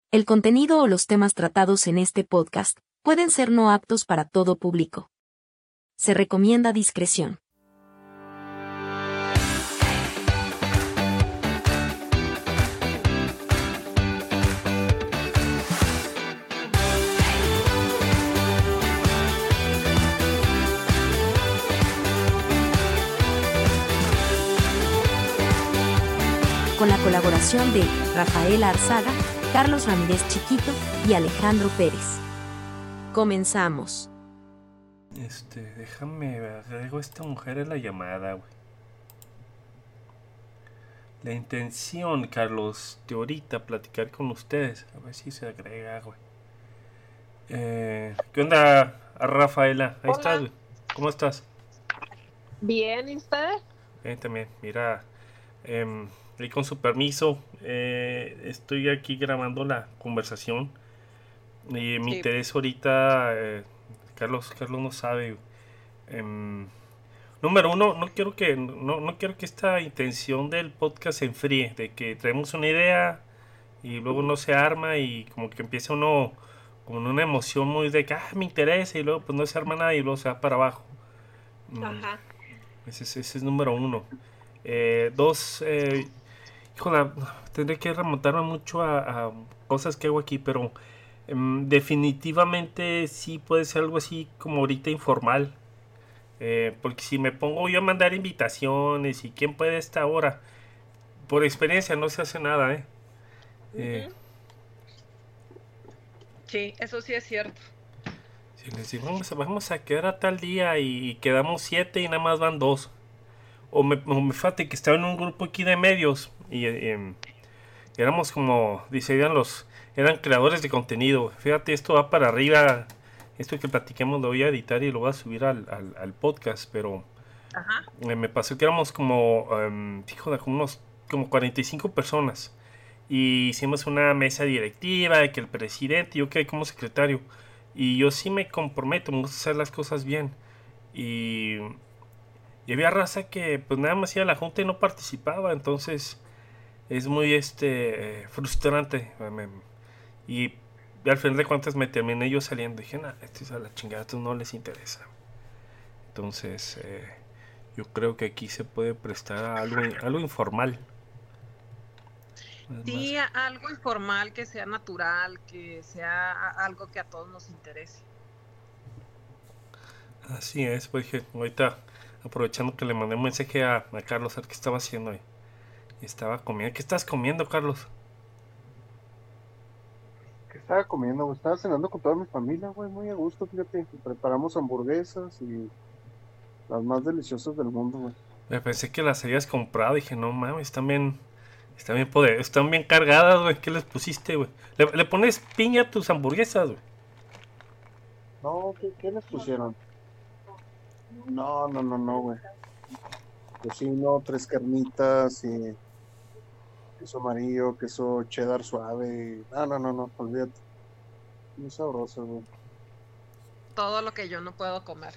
El contenido o los temas tratados en este podcast pueden ser no aptos para todo público. Se recomienda discreción. Con la colaboración de Rafael Arzaga, Carlos Ramírez Chiquito y Alejandro Pérez. Comenzamos. Déjame agrego a esta mujer en la llamada, güey. La intención, Carlos, de ahorita platicar con ustedes. A ver si se agrega, güey. ¿Qué onda, Rafaela? Ahí estás, güey. ¿Cómo estás? Bien, ¿y ustedes? Bien, también. Mira, y con su permiso, estoy aquí grabando la conversación. Y mi interés ahorita, Carlos no sabe. Número uno, no quiero que esta intención del podcast se enfríe, de que traemos una idea y luego no se arma y como que empieza uno con una emoción muy de que me interesa y luego pues no se arma nada y luego se va para abajo. Ajá. Ese es número uno. Dos, híjole, tendré que remontarme mucho a cosas que hago aquí, pero definitivamente sí puede ser algo así como ahorita informal. Porque si me pongo yo a mandar invitaciones y quién puede a esta hora, por experiencia no se hace nada, Sí, eso sí es cierto. Si les digo vamos a quedar a tal día y quedamos 7 y nada más van 2. O me fíjate que estaba en un grupo aquí de medios y éramos como, eran creadores de contenido. Fíjate, esto va para arriba, esto que platiquemos lo voy a editar y lo voy a subir al podcast, pero me pasó que éramos como, como 45 personas. Y hicimos una mesa directiva de que el presidente, yo quedé como secretario. Y yo sí me comprometo, me gusta hacer las cosas bien. Y había raza que pues nada más iba a la junta y no participaba, entonces es muy frustrante. Y al final de cuentas me terminé yo saliendo. Dije, esto es a la chingada, esto no les interesa. Entonces yo creo que aquí se puede prestar a algo informal. Sí, algo informal, que sea natural, que sea algo que a todos nos interese. Así es, pues dije, ahorita aprovechando que le mandé un mensaje a Carlos a ver qué estaba haciendo ahí. Estaba comiendo. ¿Qué estás comiendo, Carlos? ¿Qué estaba comiendo, güey? Estaba cenando con toda mi familia, güey, muy a gusto, fíjate. Preparamos hamburguesas y las más deliciosas del mundo, güey. Me pensé que las habías comprado. Dije, no mames, están bien cargadas, güey. ¿Qué les pusiste, güey? ¿Le pones piña a tus hamburguesas, güey? No, ¿qué les pusieron? No, güey. Tocino, 3 carnitas y queso amarillo, queso cheddar suave. No, olvídate. Muy sabroso, güey. Todo lo que yo no puedo comer.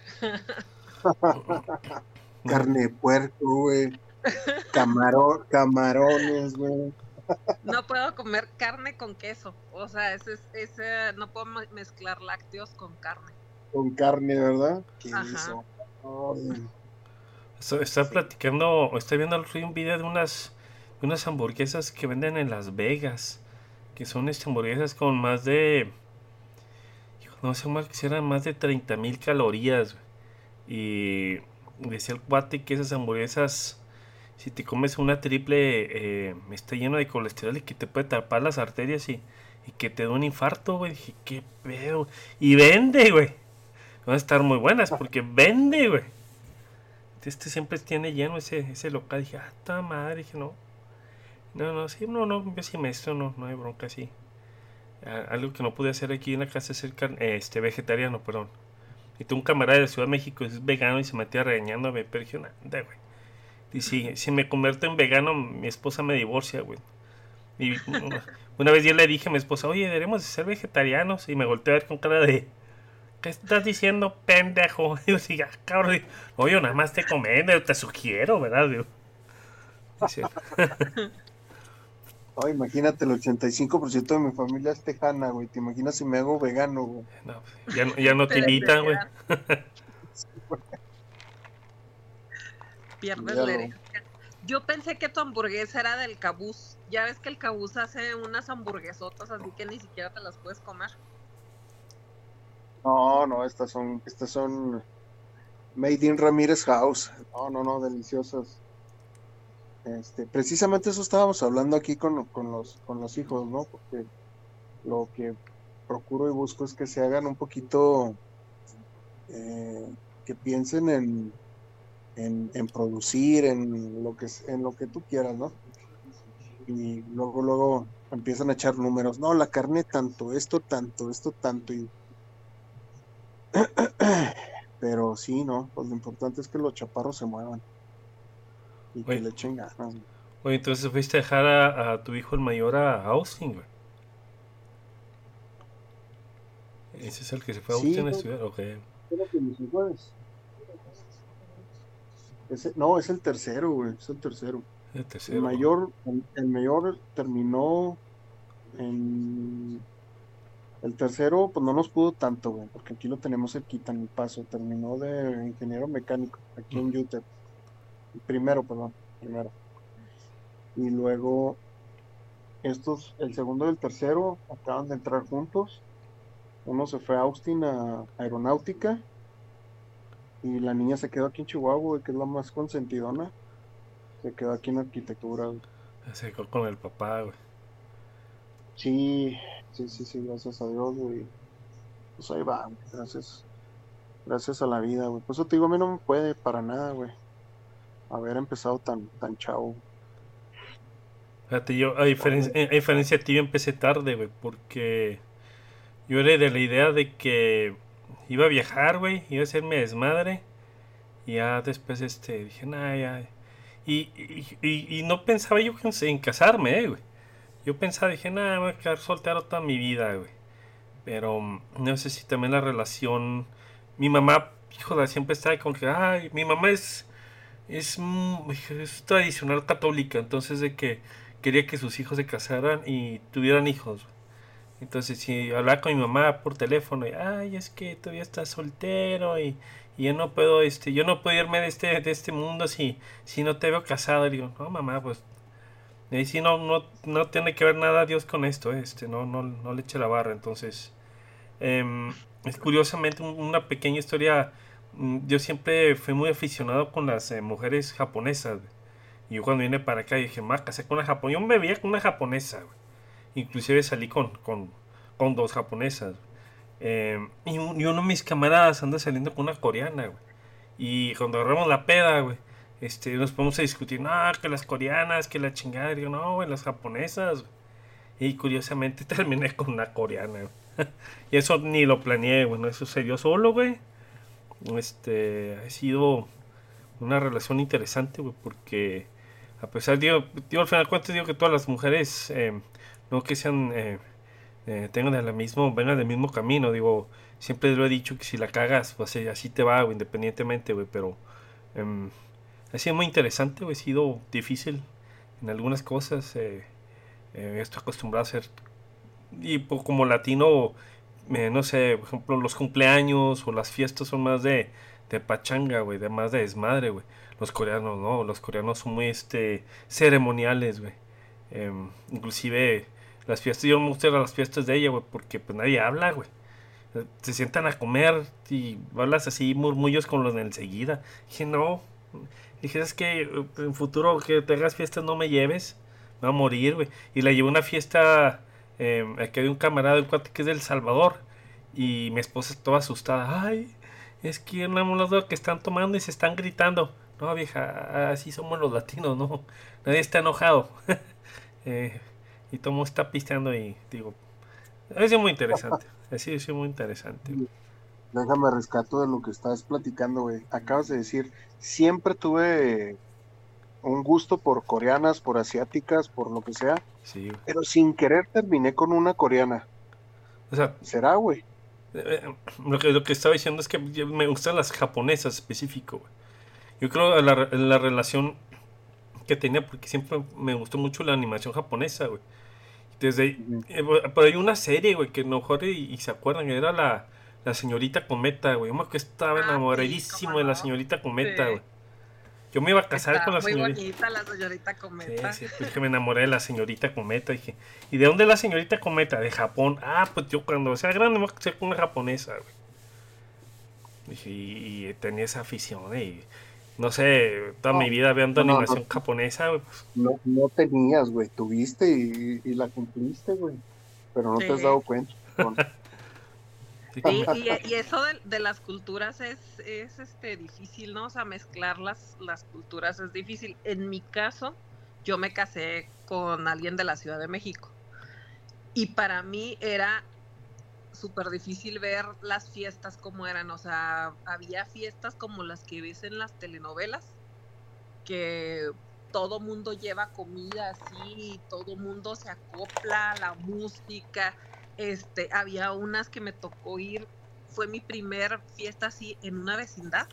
Carne de puerco, güey. Camarones, güey. No puedo comer carne con queso. O sea, no puedo mezclar lácteos con carne. Con carne, ¿verdad? ¿Qué hizo? Está platicando, estoy viendo un video de unas hamburguesas que venden en Las Vegas, que son hamburguesas con más de, no sé más, que eran más de 30,000 calorías. Y decía el cuate que esas hamburguesas, si te comes una triple, está lleno de colesterol y que te puede tapar las arterias y que te da un infarto, güey. Dije, qué pedo. Y vende, güey. Van a estar muy buenas porque vende, güey. Siempre tiene lleno ese local. Dije, ta madre. Dije, no, yo sí no hay bronca así. Algo que no pude hacer aquí en la casa es ser vegetariano, perdón. Y tengo un camarada de Ciudad de México, es vegano y se metía regañándome, pero dije, nada, güey. Y si me convierto en vegano, mi esposa me divorcia, güey. Y una vez yo le dije a mi esposa, oye, deberíamos de ser vegetarianos. Y me volteé a ver con cara de, ¿qué estás diciendo, pendejo? Y yo decía, cabrón, oye, nada más te comiendo, te sugiero, ¿verdad? Digo. Dice, Oh, imagínate, el 85% de mi familia es tejana, güey. ¿Te imaginas si me hago vegano, güey? No, ya no te Te invitan, güey. desheredan, pierdes la Olvídalo. herencia. Yo pensé que tu hamburguesa era del Cabús. Ya ves que el Cabús hace unas hamburguesotas así que ni siquiera te las puedes comer. No, estas son Made in Ramírez House. No, deliciosas. Precisamente eso estábamos hablando aquí con los hijos, ¿no? Porque lo que procuro y busco es que se hagan un poquito, que piensen en producir, en lo que tú quieras, ¿no? Y luego empiezan a echar números. No, la carne tanto, esto tanto. Pero sí, ¿no? Pues lo importante es que los chaparros se muevan y que Oye, le echen ganas, ¿no? oye, entonces fuiste a dejar a tu hijo el mayor a Austin, güey. Ese es el que se fue a Sí, Austin a no, estudiar, ok. creo que mis hijos. No, es el tercero, güey, es el tercero. El El tercero, ok. mayor, el mayor terminó en. El tercero, pues no nos pudo tanto, güey, porque aquí lo tenemos cerquita en El Paso. Terminó de ingeniero mecánico, aquí en UTEP. El primero, perdón, primero. Y luego, el segundo y el tercero acaban de entrar juntos. Uno se fue a Austin a aeronáutica y la niña se quedó aquí en Chihuahua, güey, que es la más consentidona. Se quedó aquí en arquitectura, güey. Se quedó con el papá, güey. Sí, sí, gracias a Dios, güey. Pues ahí va, güey, gracias a la vida, güey. Por eso te digo, a mí no me puede para nada, güey, haber empezado tan chavo. Fíjate, yo, Oye, a diferencia de ti, yo empecé tarde, güey, porque yo era de la idea de que iba a viajar, güey, iba a hacerme desmadre, y ya después, dije, nah, ya. Y no pensaba yo en casarme, güey. Yo pensaba, dije, nah, voy a quedar soltero toda mi vida, güey. Pero no sé si también la relación. Mi mamá, híjola, siempre estaba con que, ay, mi mamá es tradicional católica, entonces de que quería que sus hijos se casaran y tuvieran hijos. Entonces, si hablaba con mi mamá por teléfono, y, ay, es que todavía estás soltero y yo no puedo irme de este mundo si no te veo casado. Y digo, no, mamá, pues, y si no tiene que ver nada Dios con esto, no le eche la barra. Entonces, es curiosamente una pequeña historia. Yo siempre fui muy aficionado con las mujeres japonesas. Y yo cuando vine para acá dije, ma, casé con una japonesa. Yo me veía con una japonesa, güey. Inclusive salí con dos japonesas. Y uno de mis camaradas anda saliendo con una coreana, güey. Y cuando agarramos la peda, güey, nos ponemos a discutir, no, que las coreanas, que la chingada. Y digo, no, güey, las japonesas, güey. Y curiosamente terminé con una coreana, güey. Y eso ni lo planeé, güey, no, eso se dio solo, güey. Ha sido una relación interesante, güey, porque a pesar, al final de cuentas, digo que todas las mujeres, no que sean, vengan del mismo camino, digo, siempre lo he dicho que si la cagas, pues así te va, güey, independientemente, güey, pero em, ha sido muy interesante, güey, ha sido difícil en algunas cosas, estoy acostumbrado a hacer, y pues, como latino, no sé, por ejemplo, los cumpleaños o las fiestas son más de pachanga, güey, de más de desmadre, güey. Los coreanos no, los coreanos son muy ceremoniales, güey. Inclusive las fiestas, yo no me gusta ir a las fiestas de ella, güey, porque pues nadie habla, güey. Se sientan a comer y hablas así murmullos con los de enseguida. Dije, no. Dije, es que en futuro que te hagas fiestas no me lleves. Me va a morir, güey. Y la llevé a una fiesta aquí de un camarada, un cuate que es del Salvador. Y mi esposa toda asustada. Ay, es que los dos que están tomando y se están gritando. No, vieja, así somos los latinos, ¿no? Nadie está enojado. Eh, y todo el mundo está pisteando y digo, ha sido muy interesante. Ha sido muy interesante. déjame rescato de lo que estás platicando, güey. Acabas de decir, siempre tuve un gusto por coreanas, por asiáticas, por lo que sea, Sí, güey. pero sin querer terminé con una coreana. O sea, ¿Será, güey? lo que estaba diciendo es que me gustan las japonesas específico, güey. Yo creo que la relación que tenía, porque siempre me gustó mucho la animación japonesa, güey. Desde, Ujú. pero hay una serie, güey, que a lo mejor y se acuerdan, era la señorita Cometa, güey. Yo me acuerdo que estaba Ah, sí, cómo enamoradísimo de la no. señorita Cometa, güey. Sí. Yo me iba a casar con Está la muy señorita. bonita la señorita Sí, Cometa. sí, pues que me enamoré de la señorita Cometa. Dije, ¿y de dónde es la señorita Cometa? De Japón. Ah, pues yo cuando sea grande me voy a casar con una japonesa, güey. Dije, y tenía esa afición, y no sé, toda mi No, vida viendo no, no, animación japonesa, güey, pues, no tenías, güey, tuviste y la cumpliste, güey, pero no te has Sí. dado cuenta, cabrón. Sí, y eso de las culturas es difícil, ¿no? O sea, mezclar las culturas es difícil. En mi caso, yo me casé con alguien de la Ciudad de México. Y para mí era súper difícil ver las fiestas como eran. O sea, había fiestas como las que ves en las telenovelas, que todo mundo lleva comida así, todo mundo se acopla a la música. Había unas que me tocó ir, fue mi primer fiesta así en una vecindad,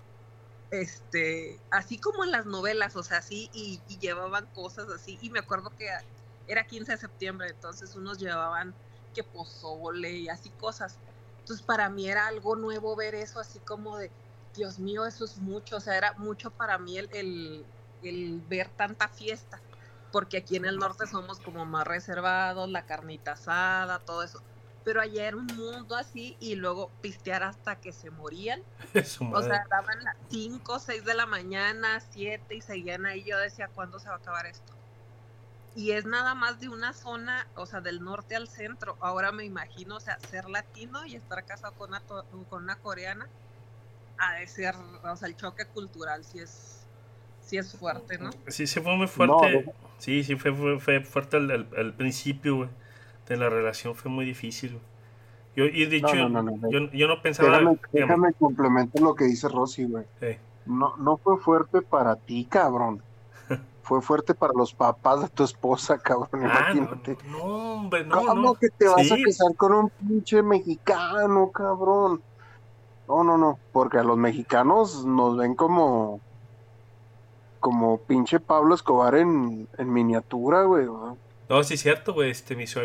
así como en las novelas, o sea, así, y llevaban cosas así, y me acuerdo que era 15 de septiembre, entonces unos llevaban que pozole y así cosas. Entonces para mí era algo nuevo ver eso, así como de, Dios mío, eso es mucho, o sea, era mucho para mí el ver tanta fiesta, porque aquí en el norte somos como más reservados, la carnita asada, todo eso. Pero allá era un mundo así, y luego pistear hasta que se morían. su O madre. sea, daban las 5, 6 de la mañana, 7 y seguían ahí. Yo decía, ¿cuándo se va a acabar esto? Y es nada más de una zona, o sea, del norte al centro. Ahora me imagino, o sea, ser latino y estar casado con una coreana, ha de ser, o sea, el choque cultural sí es fuerte, ¿no? Sí, sí fue muy No, fuerte. Sí, sí fue fuerte al principio, güey. De la relación fue muy difícil, güey. Y de hecho, no. yo no pensaba, dígame, Déjame complementar lo que dice Rosy, güey. eh, No fue fuerte para ti, cabrón. Fue fuerte para los papás de tu esposa, cabrón, imagínate. no, hombre, ¿Cómo no. que te vas a Sí, casar con un pinche mexicano, cabrón? No, porque a los mexicanos nos ven como pinche Pablo Escobar en miniatura, güey. ¿No? no, sí es cierto, güey,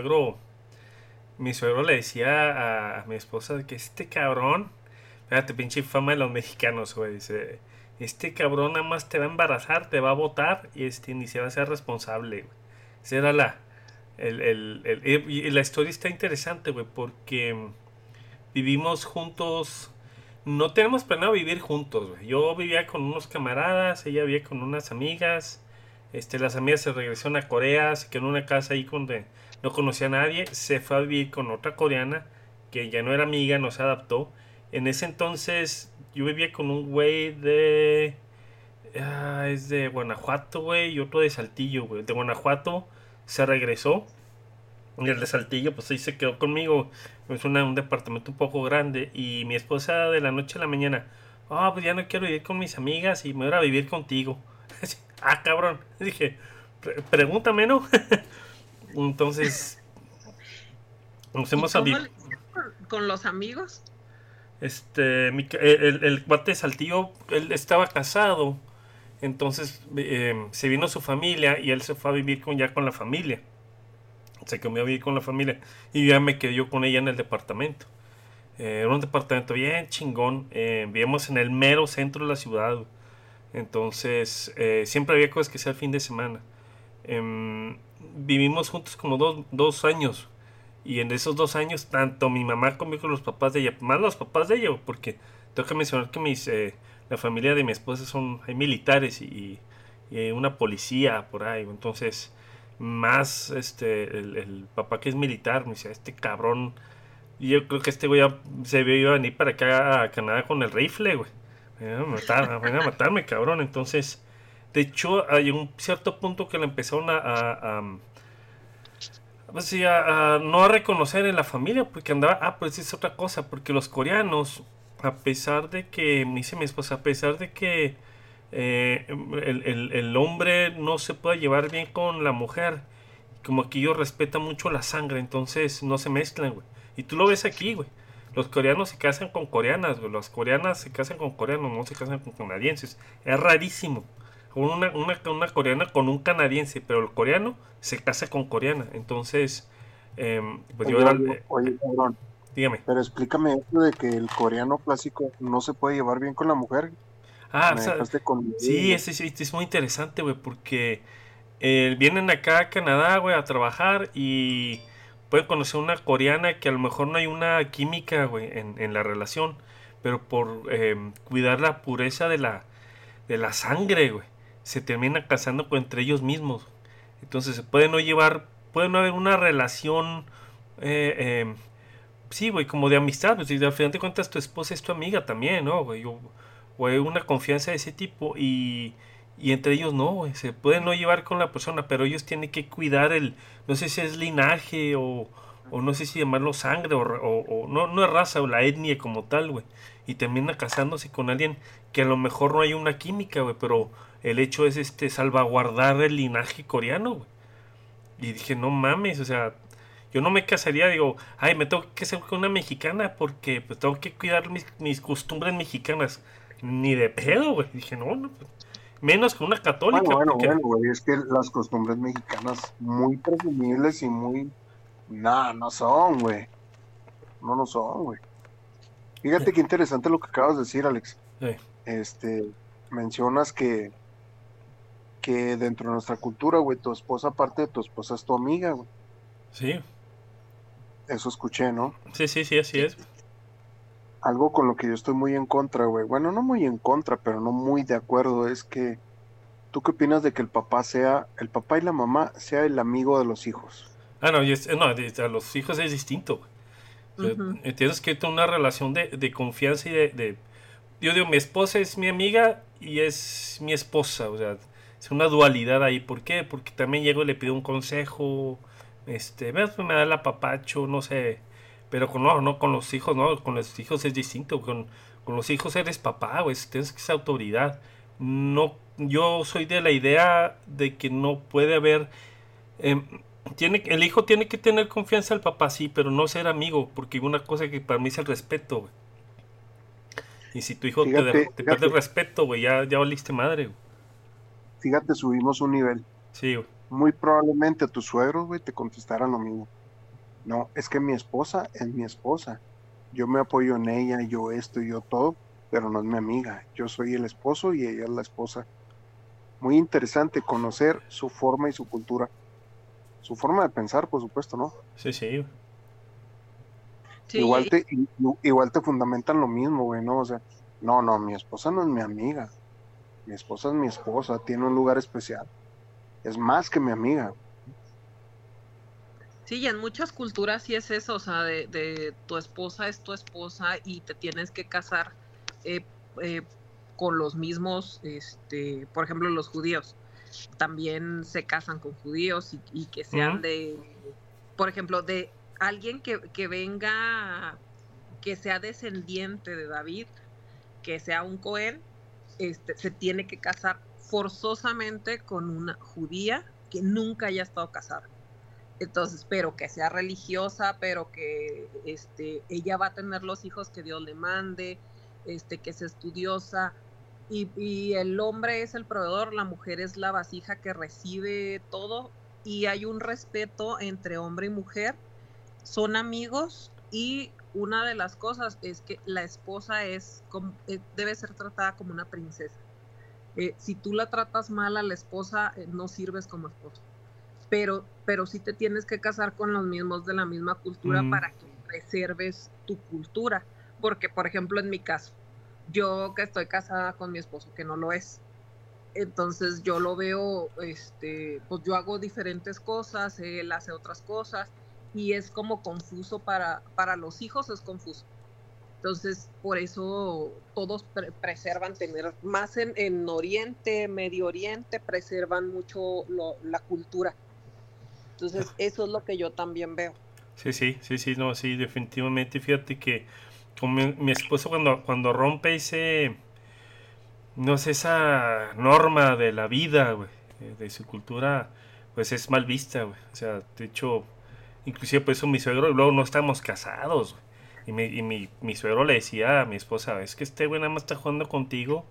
mi suegro le decía a mi esposa que este cabrón, fíjate, pinche fama de los mexicanos, güey, dice, este cabrón nada más te va a embarazar, te va a botar y ni se va a ser responsable, güey. Esa era y la historia está interesante, güey, porque vivimos juntos, no tenemos planeado vivir juntos, güey. Yo vivía con unos camaradas, ella vivía con unas amigas, las amigas se regresaron a Corea, se quedó en una casa ahí donde no conocía a nadie, se fue a vivir con otra coreana que ya no era amiga, no se adaptó. En ese entonces yo vivía con un güey es de Guanajuato, güey, y otro de Saltillo, güey. De Guanajuato se regresó y el de Saltillo, pues ahí se quedó conmigo. Es un departamento un poco grande. Y mi esposa de la noche a la mañana, pues ya no quiero vivir con mis amigas y me voy a vivir contigo. Cabrón. Dije, pregúntame, ¿no? Entonces, nos ¿Y hemos cómo habido. le hicieron con los amigos? El cuate de Saltillo, él estaba casado. Entonces se vino su familia y él se fue a vivir ya con la familia. Se quedó a vivir con la familia y ya me quedé yo con ella en el departamento. Era un departamento bien chingón. Vivíamos en el mero centro de la ciudad. Entonces siempre había cosas que hacer el fin de semana. Vivimos juntos como dos años. Y en esos 2 años, tanto mi mamá como los papás de ella, más los papás de ella, porque tengo que mencionar que la familia de mi esposa hay militares y hay una policía por ahí. Entonces, más el papá que es militar, me dice, este cabrón, y yo creo que este güey ya se iba a venir para acá a Canadá con el rifle, güey. Van a matarme, cabrón. Entonces, de hecho, hay un cierto punto que le empezaron pues sí, no a reconocer en la familia, porque andaba, pues es otra cosa, porque los coreanos, a pesar de que, me dice mi esposa, a pesar de que el hombre no se puede llevar bien con la mujer, como que ellos respetan mucho la sangre, entonces no se mezclan, güey. Y tú lo ves aquí, güey. Los coreanos se casan con coreanas, güey. Las coreanas se casan con coreanos, no se casan con canadienses. Es rarísimo. una coreana con un canadiense, pero el coreano se casa con coreana. Entonces, pues yo era... Oye, cabrón, dígame. pero explícame esto de que el coreano clásico no se puede llevar bien con la mujer. Ah, o Me sea, dejaste con... sí, es muy interesante, güey, porque vienen acá a Canadá, güey, a trabajar y pueden conocer una coreana que a lo mejor no hay una química, güey, en la relación, pero por cuidar la pureza de la sangre, güey, se terminan casando entre ellos mismos. Entonces se puede no llevar, puede no haber una relación, eh, eh, sí, güey, como de amistad, pues y al final de cuentas tu esposa es tu amiga también, ¿no, güey? O hay una confianza de ese tipo y entre ellos no, güey, se pueden no llevar con la persona, pero ellos tienen que cuidar no sé si es linaje o no sé si llamarlo sangre o no, no es raza o la etnia como tal, güey. Y termina casándose con alguien que a lo mejor no hay una química, güey, pero el hecho es salvaguardar el linaje coreano, güey. Y dije, no mames, o sea, yo no me casaría, digo, ay, me tengo que casar con una mexicana porque pues tengo que cuidar mis costumbres mexicanas. Ni de pedo, güey. Dije, no, no, pues, menos que una católica, porque... Bueno, güey, es que las costumbres mexicanas muy presumibles y muy... Nah, no son, güey. No, no son, güey. Fíjate qué interesante lo que acabas de decir, Alex. eh, Este, mencionas que dentro de nuestra cultura, güey, tu esposa, aparte de tu esposa, es tu amiga, güey. sí, Eso escuché, ¿no? sí, así es. Algo con lo que yo estoy muy en contra, güey. Bueno, no muy en contra, pero no muy de acuerdo, es que ¿tú qué opinas de que el papá y la mamá sea el amigo de los hijos? Ah, no, no, a los hijos es distinto, güey. O sea, Ujú. tienes que tener una relación de confianza y yo digo, mi esposa es mi amiga y es mi esposa, o sea, es una dualidad ahí. ¿Por qué? Porque también llego y le pido un consejo, me da el apapacho, no sé, pero no, con los hijos, no, con los hijos es distinto, con los hijos eres papá, güey, tienes que ser autoridad. No, yo soy de la idea de que no puede haber, em, el hijo tiene que tener confianza al papá, sí, pero no ser amigo, porque una cosa que para mí es el respeto, güey. Y si tu hijo Fíjate, te pierde el fíjate, respeto, güey, ya oliste madre, güey. fíjate, subimos un nivel. Sí, güey. Muy probablemente tus suegros, güey, te contestaran lo mismo. No, es que mi esposa es mi esposa. Yo me apoyo en ella, yo esto y yo todo, pero no es mi amiga. Yo soy el esposo y ella es la esposa. Muy interesante conocer su forma y su cultura. Su forma de pensar, por supuesto, ¿no? Sí, güey. Sí, Igual te fundamentan lo mismo, güey, ¿no? O sea, no, mi esposa no es mi amiga. Mi esposa es mi esposa, tiene un lugar especial. Es más que mi amiga. sí, y en muchas culturas sí es eso, o sea, de tu esposa es tu esposa y te tienes que casar eh, eh, con los mismos, por ejemplo, los judíos también se casan con judíos y que sean Ujú. de, por ejemplo, de alguien que venga, que sea descendiente de David, que sea un Cohen, se tiene que casar forzosamente con una judía que nunca haya estado casada. Entonces, pero que sea religiosa, pero que ella va a tener los hijos que Dios le mande, que sea estudiosa, y el hombre es el proveedor, la mujer es la vasija que recibe todo, y hay un respeto entre hombre y mujer, son amigos, y una de las cosas es que la esposa debe ser tratada como una princesa. Si tú la tratas mal a la esposa, no sirves como esposo. Pero sí te tienes que casar con los mismos de la misma cultura Mm, para que preserves tu cultura. Porque, por ejemplo, en mi caso, yo que estoy casada con mi esposo, que no lo es, entonces yo lo veo, pues yo hago diferentes cosas, él hace otras cosas, y es como confuso para los hijos, es confuso. Entonces, por eso todos preservan tener, más en Oriente, Medio Oriente, preservan mucho la cultura. Entonces, eso es lo que yo también veo. sí, no, sí, definitivamente. Fíjate que con mi esposo cuando rompe no sé, esa norma de la vida, güey, de su cultura, pues es mal vista, güey. O sea, de hecho, inclusive por eso mi suegro, luego no estamos casados, güey. Y mi suegro le decía a mi esposa, es que este güey nada más está jugando contigo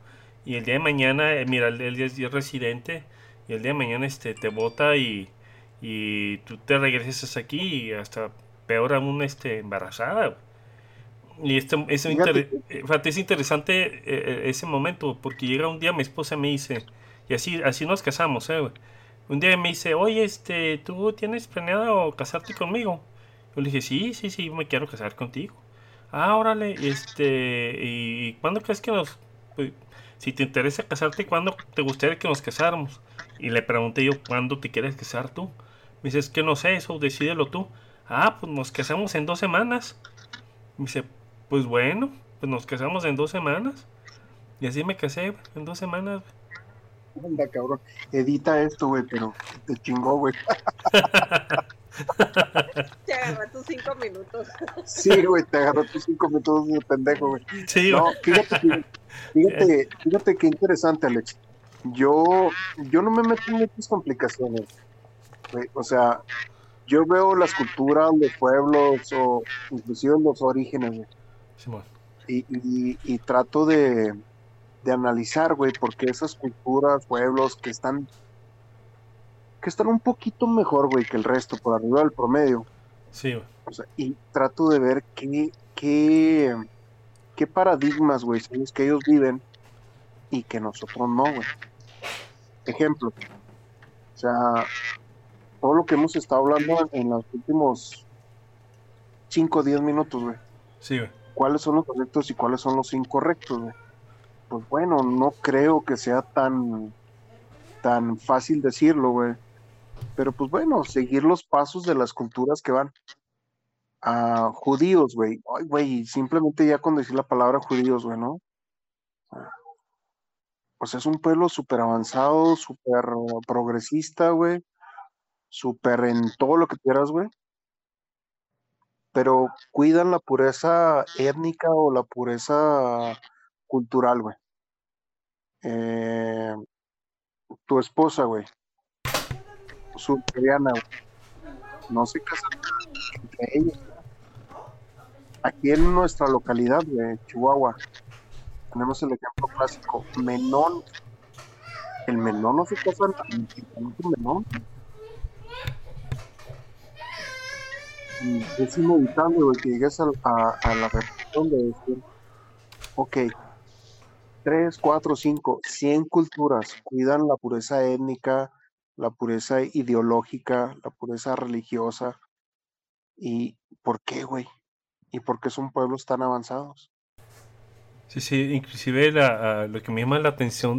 y el día de mañana, mira, él es residente, y el día de mañana te vota y tú te regresas aquí y hasta peor aún embarazada, güey. Y Fíjate fíjate, es interesante ese momento, porque llega un día mi esposa me dice, y así nos casamos, güey. Un día me dice, oye, ¿tú tienes planeado casarte conmigo? Yo le dije, sí, me quiero casar contigo. Ah, órale, ¿y cuándo crees que pues, si te interesa casarte, cuándo te gustaría que nos casáramos? Y le pregunté yo, ¿cuándo te quieres casar tú? Me dice, es que no sé, eso decídelo tú. Ah, pues nos casamos en 2 semanas. Me dice, pues bueno, pues nos casamos en 2 semanas. Y así me casé, güey, en 2 semanas, güey. anda, cabrón. Edita esto, güey, pero te chingó, güey. Te agarré tus 5 minutos. Sí, güey, te agarró tus 5 minutos de pendejo, güey. Sí, güey. No, fíjate qué interesante, Alex. Yo no me meto en muchas complicaciones, güey. O sea, yo veo las culturas, los pueblos o inclusive los orígenes, güey, Simón. y trato de analizar, güey, porque esas culturas, pueblos que están un poquito mejor, güey, que el resto, por arriba del promedio. Sí, güey. O sea, y trato de ver qué paradigmas, güey, son los que ellos viven y que nosotros no, güey. Ejemplo, o sea, todo lo que hemos estado hablando en los últimos 5 o 10 minutos, güey. Sí, güey. ¿Cuáles son los correctos y cuáles son los incorrectos, güey? Pues bueno, no creo que sea tan fácil decirlo, güey. Pero pues bueno, seguir los pasos de las culturas que van a judíos, güey. Ay, güey, simplemente ya con decir la palabra judíos, güey, ¿no? O sea, es un pueblo súper avanzado, súper progresista, güey. Súper en todo lo que quieras, güey. Pero cuidan la pureza étnica o la pureza cultural, güey. Eh, Tu esposa, güey, surcoreana, güey, no se casan entre ellos. Aquí en nuestra localidad, de Chihuahua, tenemos el ejemplo clásico, Menón. El Menón no se casa con otro Menón. Y es inevitable, güey, que llegues a la reflexión de decir, ok, 3, 4, 5, 100 culturas cuidan la pureza étnica, la pureza ideológica, la pureza religiosa. ¿Y por qué, güey? ¿Y por qué son pueblos tan avanzados? Sí, inclusive lo que me llama la atención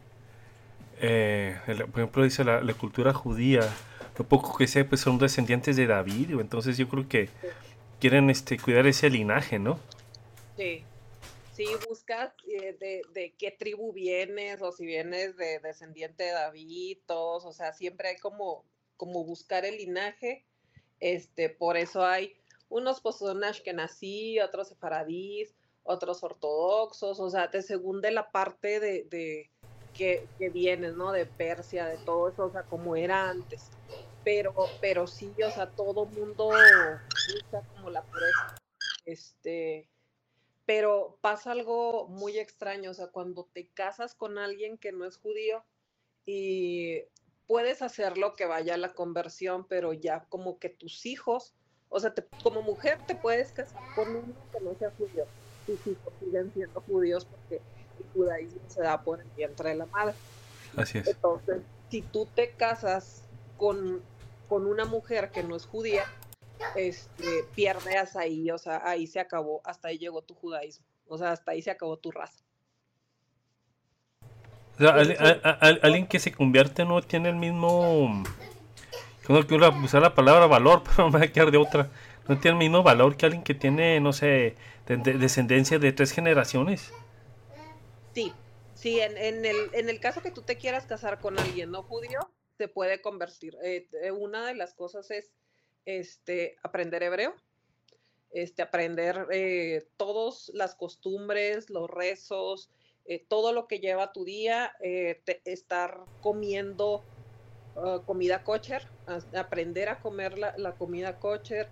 por ejemplo, dice la cultura judía, lo poco que sé, pues son descendientes de David, güey. Entonces yo creo que quieren cuidar ese linaje, ¿no? Sí, sí, buscas de qué tribu vienes, o si vienes de descendiente de David, todos, o sea, siempre hay como buscar el linaje. Por eso hay unos pues son ashkenazí, otros sefaradís, otros ortodoxos, o sea, según de la parte de que vienes, ¿no? De Persia, de todo eso, o sea, como era antes. Pero sí, o sea, todo mundo busca como la pureza. Pero pasa algo muy extraño, o sea, cuando te casas con alguien que no es judío y puedes hacerlo que vaya a la conversión, pero ya como que tus hijos, o sea, como mujer te puedes casar con uno que no sea judío, tus hijos siguen siendo judíos porque el judaísmo se da por el vientre de la madre. Así es. Entonces, si tú te casas con una mujer que no es judía, pierdes ahí, o sea, ahí se acabó, hasta ahí llegó tu judaísmo, o sea, hasta ahí se acabó tu raza. O sea, alguien que se convierte no tiene el mismo, no quiero usar la palabra valor, pero me va a quedar de otra. No tiene el mismo valor que alguien que tiene, no sé, descendencia de 3 generaciones. Sí, en el caso que tú te quieras casar con alguien no judío, se puede convertir. Una de las cosas es aprender hebreo, aprender todas las costumbres, los rezos, todo lo que lleva tu día, estar comiendo comida kosher, aprender a comer la comida kosher,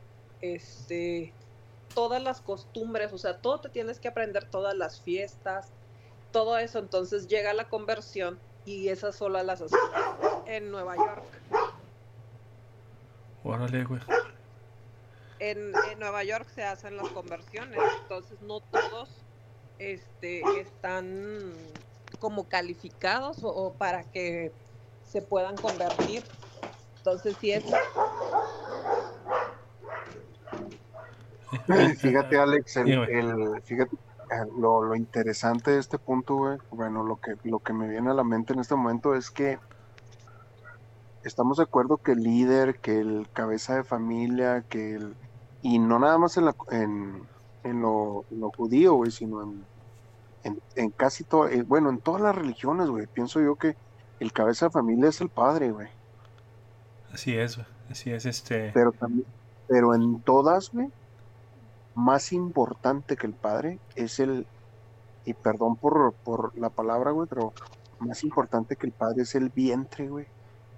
todas las costumbres, o sea, todo te tienes que aprender, todas las fiestas, todo eso. Entonces llega la conversión y esas solas las hacen en Nueva York. Órale, güey. En Nueva York se hacen las conversiones, entonces no todos están como calificados o para que se puedan convertir. Entonces sí es... Fíjate, Alex, Dígame. fíjate lo interesante de este punto, güey. Bueno, lo que me viene a la mente en este momento es que estamos de acuerdo que el líder, que el cabeza de familia, y no nada más en lo judío, güey, sino en casi todo, bueno, en todas las religiones, güey. Pienso yo que el cabeza de familia es el padre, güey. Así es, güey. Así es, Pero también, pero en todas, güey, más importante que el padre es y perdón por la palabra, güey, pero más importante que el padre es el vientre, güey.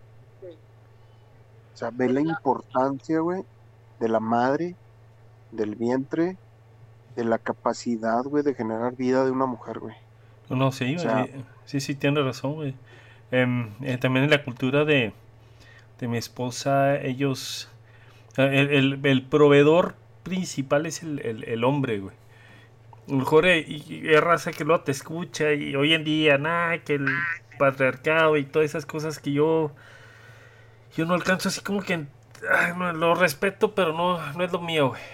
O sea, ve la importancia, güey, de la madre, del vientre, de la capacidad, güey, de generar vida de una mujer, güey. No, sí, O sea, sí, tienes razón, güey. También en la cultura de mi esposa, ellos... El proveedor principal es el hombre, güey. A lo mejor y raza que luego te escucha y hoy en día, nada, que el patriarcado y todas esas cosas que yo no alcanzo así como que... no, lo respeto, pero no es lo mío, güey.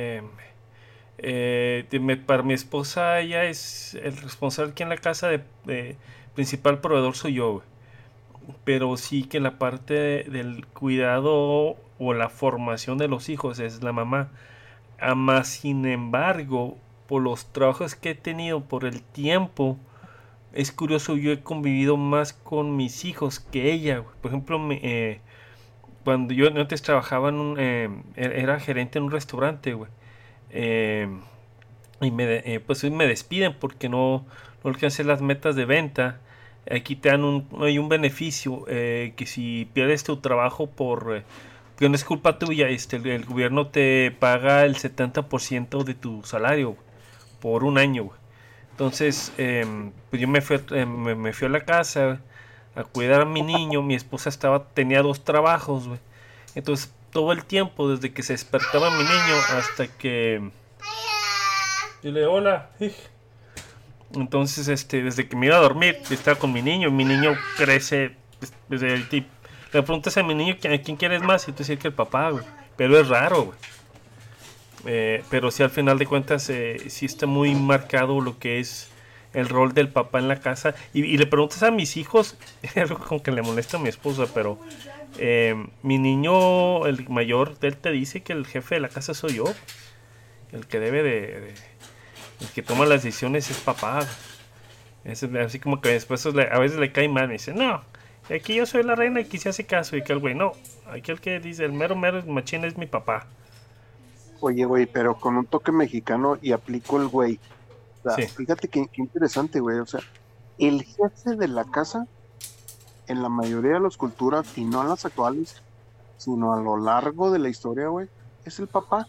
Para mi esposa, ella es el responsable aquí en la casa de principal proveedor soy yo, güey. Pero sí que la parte del cuidado o la formación de los hijos es la mamá. Más sin embargo, por los trabajos que he tenido, por el tiempo, es curioso, yo he convivido más con mis hijos que ella, güey. Por ejemplo, cuando yo antes trabajaba era gerente en un restaurante, güey. Eh, pues hoy me despiden porque no alcancé las metas de venta. Aquí te dan hay un beneficio que si pierdes tu trabajo que no es culpa tuya, el gobierno te paga el 70% de tu salario, güey, por un año, güey. Entonces, pues yo me fui a la casa a cuidar a mi niño. Mi esposa tenía 2 trabajos, güey. Entonces, todo el tiempo, desde que se despertaba mi niño hasta que... Dile, hola. Entonces, desde que me iba a dormir, estaba con mi niño crece, le preguntas a mi niño a quién quieres más y tú dices que el papá, güey. Pero es raro, güey. Pero sí, al final de cuentas, sí está muy marcado lo que es el rol del papá en la casa. Y le preguntas a mis hijos, es algo como que le molesta a mi esposa, pero mi niño, el mayor, él te dice que el jefe de la casa soy yo. El que debe el que toma las decisiones es papá. Es así como que después a veces le cae mal. Me dice, no, aquí yo soy la reina y aquí se hace caso. Y que el güey, no, aquí el que dice, el mero machín es mi papá. oye, güey, pero con un toque mexicano y aplico el güey. O sea, Sí. fíjate qué interesante, güey. O sea, el jefe de la casa, en la mayoría de las culturas, y no en las actuales, sino a lo largo de la historia, güey, es el papá.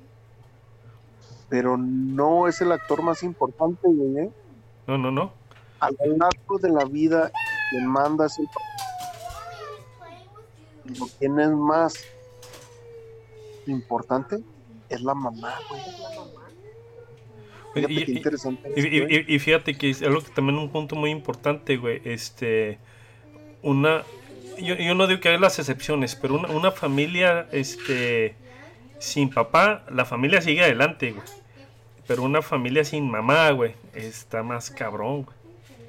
Pero no es el actor más importante, güey, ¿eh? No. A lo largo de la vida, quien manda es el papá. Lo quien es más importante es la mamá, güey. Fíjate qué interesante es, güey. Y fíjate que es algo que también un punto muy importante, güey. Yo no digo que hay las excepciones, pero una familia, sin papá, la familia sigue adelante, güey. Pero una familia sin mamá, güey, está más cabrón, güey.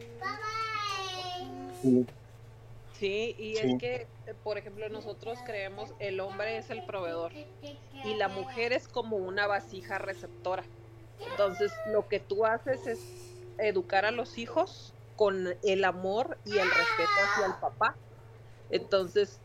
Sí, Sí, y sí. es que, por ejemplo, nosotros creemos el hombre es el proveedor y la mujer es como una vasija receptora. Entonces, lo que tú haces es educar a los hijos con el amor y el respeto hacia el papá. Entonces,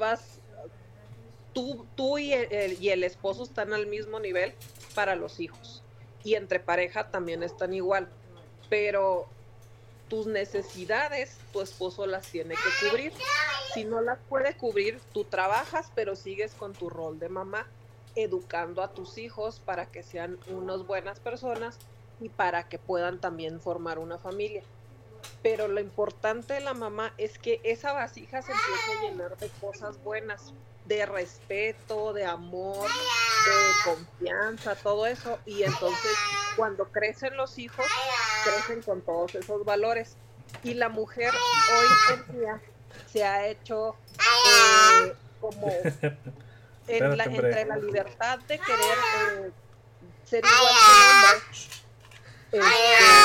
tú y el esposo están al mismo nivel para los hijos. Y entre pareja también están igual. Pero tus necesidades, tu esposo las tiene que cubrir. Si no las puede cubrir, tú trabajas, pero sigues con tu rol de mamá, educando a tus hijos para que sean unas buenas personas y para que puedan también formar una familia. Pero lo importante de la mamá es que esa vasija se empiece a llenar de cosas buenas, de respeto, de amor, de confianza, todo eso. Y entonces cuando crecen los hijos, crecen con todos esos valores. Y la mujer hoy en día se ha hecho como Espérate, hombre. entre la libertad de querer ser igual que el hombre.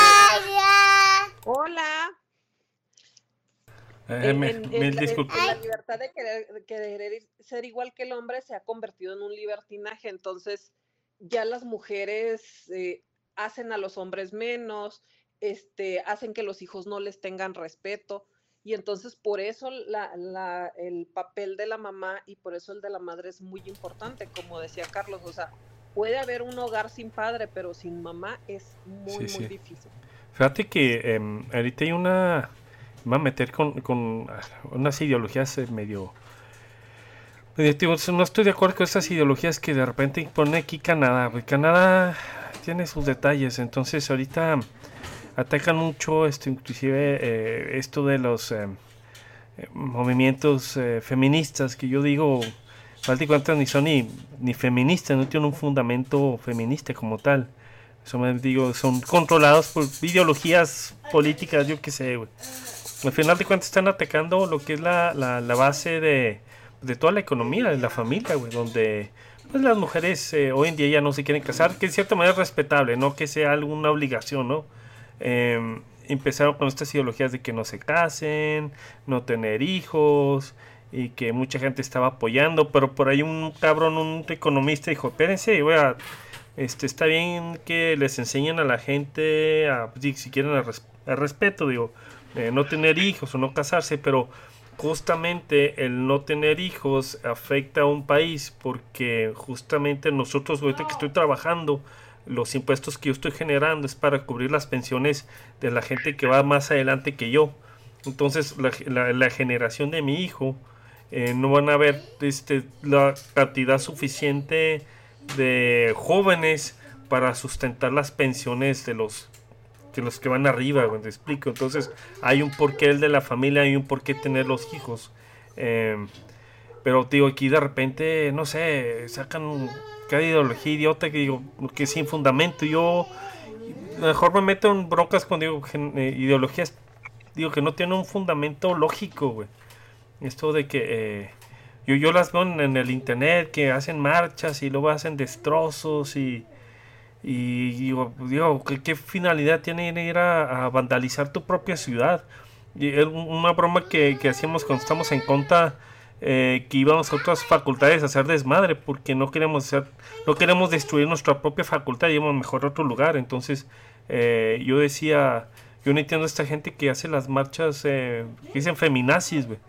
Hola. Mil disculpas. La libertad de querer ser igual que el hombre se ha convertido en un libertinaje. Entonces ya las mujeres hacen a los hombres menos, hacen que los hijos no les tengan respeto. Y entonces por eso el papel de la mamá y por eso el de la madre es muy importante, como decía Carlos. O sea, puede haber un hogar sin padre, pero sin mamá es muy difícil. Fíjate que ahorita hay una... Me va a meter con unas ideologías medio... No estoy de acuerdo con estas ideologías que de repente pone aquí Canadá. Canadá tiene sus detalles, entonces ahorita atacan mucho inclusive esto de los movimientos feministas, que yo digo, falta y cuentas ni son ni feministas, no tienen un fundamento feminista como tal. Eso me digo, son controlados por ideologías políticas, yo qué sé, güey. Al final de cuentas están atacando lo que es la base de toda la economía, de la familia, güey, donde pues las mujeres hoy en día ya no se quieren casar, que de cierta manera es respetable, no que sea alguna obligación, ¿no? Empezaron con estas ideologías de que no se casen, no tener hijos, y que mucha gente estaba apoyando, pero por ahí un cabrón, un economista dijo, espérense, voy a... está bien que les enseñen a la gente si quieren el respeto, digo, no tener hijos o no casarse, pero justamente el no tener hijos afecta a un país porque justamente nosotros ahorita que estoy trabajando, los impuestos que yo estoy generando es para cubrir las pensiones de la gente que va más adelante que yo. Entonces la generación de mi hijo no van a ver la cantidad suficiente de jóvenes para sustentar las pensiones de los que van arriba, te explico. Entonces hay un porqué el de la familia, hay un porqué tener los hijos. Pero digo, aquí de repente, no sé, sacan cada ideología idiota que digo, que sin fundamento. Yo mejor me meto en broncas con ideologías, digo, que no tienen un fundamento lógico, güey. Esto de que yo las veo en el internet, que hacen marchas y luego hacen destrozos y digo, ¿qué finalidad tiene ir a vandalizar tu propia ciudad? Y es una broma que hacíamos cuando estamos en contra, que íbamos a otras facultades a hacer desmadre porque no queremos destruir nuestra propia facultad, íbamos mejor a otro lugar. Entonces yo decía, yo no entiendo a esta gente que hace las marchas que dicen feminazis, güey.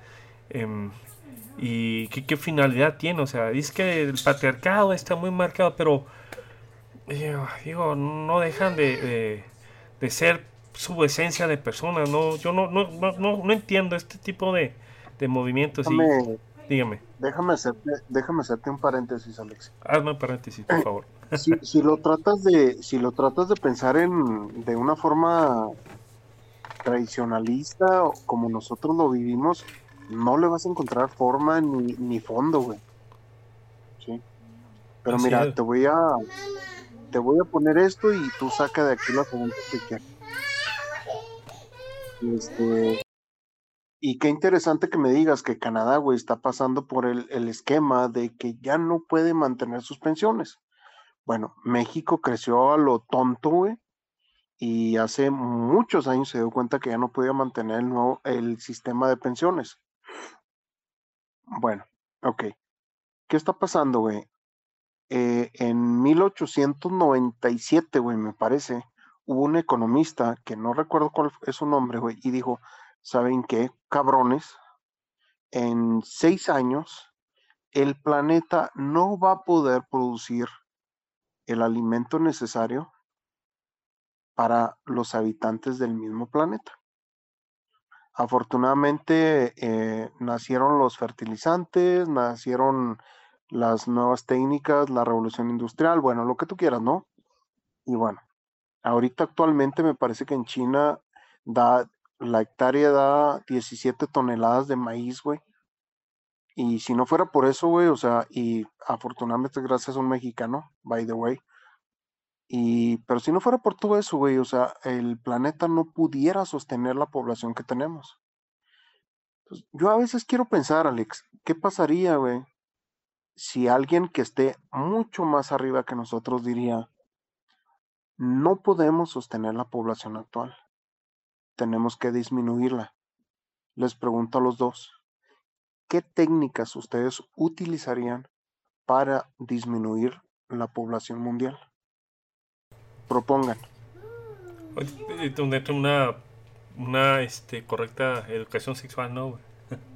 Y qué finalidad tiene, o sea, dice que el patriarcado está muy marcado, pero digo, no dejan de ser su esencia de personas, ¿no? Yo no entiendo este tipo de movimientos. Dígame. Déjame hacerte un paréntesis, Alex. Hazme un paréntesis, por favor. Si lo tratas de pensar de una forma tradicionalista, como nosotros lo vivimos, no le vas a encontrar forma ni fondo, güey. ¿Sí? Pero así mira, es. Te voy a poner esto y tú saca de aquí la pregunta que quieras. Y qué interesante que me digas que Canadá, güey, está pasando por el esquema de que ya no puede mantener sus pensiones. Bueno, México creció a lo tonto, güey, y hace muchos años se dio cuenta que ya no podía mantener el sistema de pensiones. Bueno, ok. ¿Qué está pasando, güey? En 1897, güey, me parece, hubo un economista que no recuerdo cuál es su nombre, güey, y dijo, ¿saben qué, cabrones? En 6 años, el planeta no va a poder producir el alimento necesario para los habitantes del mismo planeta. Afortunadamente, nacieron los fertilizantes, nacieron las nuevas técnicas, la revolución industrial, bueno, lo que tú quieras, ¿no? Y bueno, Ahorita actualmente me parece que en China la hectárea da 17 toneladas de maíz, güey. Y si no fuera por eso, güey, o sea, y afortunadamente gracias a un mexicano, by the way, pero si no fuera por todo eso, güey, o sea, el planeta no pudiera sostener la población que tenemos. Pues, yo a veces quiero pensar, Alex, ¿qué pasaría, güey, si alguien que esté mucho más arriba que nosotros diría, no podemos sostener la población actual, tenemos que disminuirla? Les pregunto a los dos, ¿qué técnicas ustedes utilizarían para disminuir la población mundial? Propongan. Donde una correcta educación sexual, ¿no, güey?